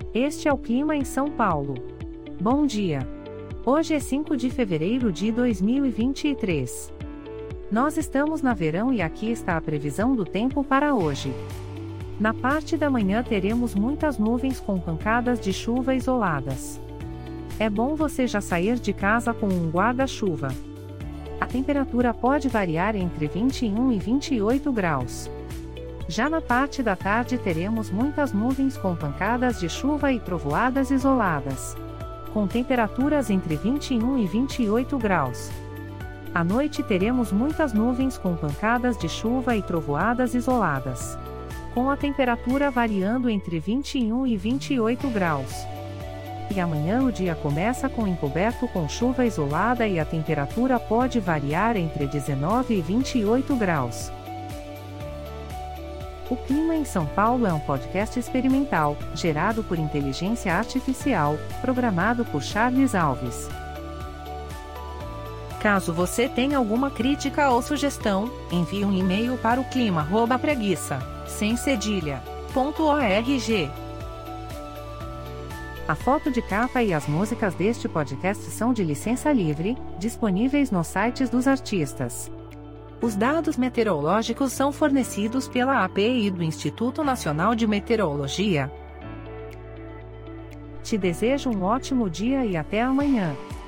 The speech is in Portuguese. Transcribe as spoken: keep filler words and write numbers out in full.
Este é o clima em São Paulo. Bom dia! Hoje é cinco de fevereiro de dois mil e vinte e três. Nós estamos na verão e aqui está a previsão do tempo para hoje. Na parte da manhã teremos muitas nuvens com pancadas de chuva isoladas. É bom você já sair de casa com um guarda-chuva. A temperatura pode variar entre vinte e um e vinte e oito graus. Já na parte da tarde teremos muitas nuvens com pancadas de chuva e trovoadas isoladas, com temperaturas entre vinte e um e vinte e oito graus. À noite teremos muitas nuvens com pancadas de chuva e trovoadas isoladas, com a temperatura variando entre vinte e um e vinte e oito graus. E amanhã o dia começa com encoberto com chuva isolada e a temperatura pode variar entre dezenove e vinte e oito graus. O Clima em São Paulo é um podcast experimental, gerado por inteligência artificial, programado por Charles Alves. Caso você tenha alguma crítica ou sugestão, envie um e-mail para o clima arroba preguiça, sem cedilha, ponto org. A foto de capa e as músicas deste podcast são de licença livre, disponíveis nos sites dos artistas. Os dados meteorológicos são fornecidos pela A P I do Instituto Nacional de Meteorologia. Te desejo um ótimo dia e até amanhã.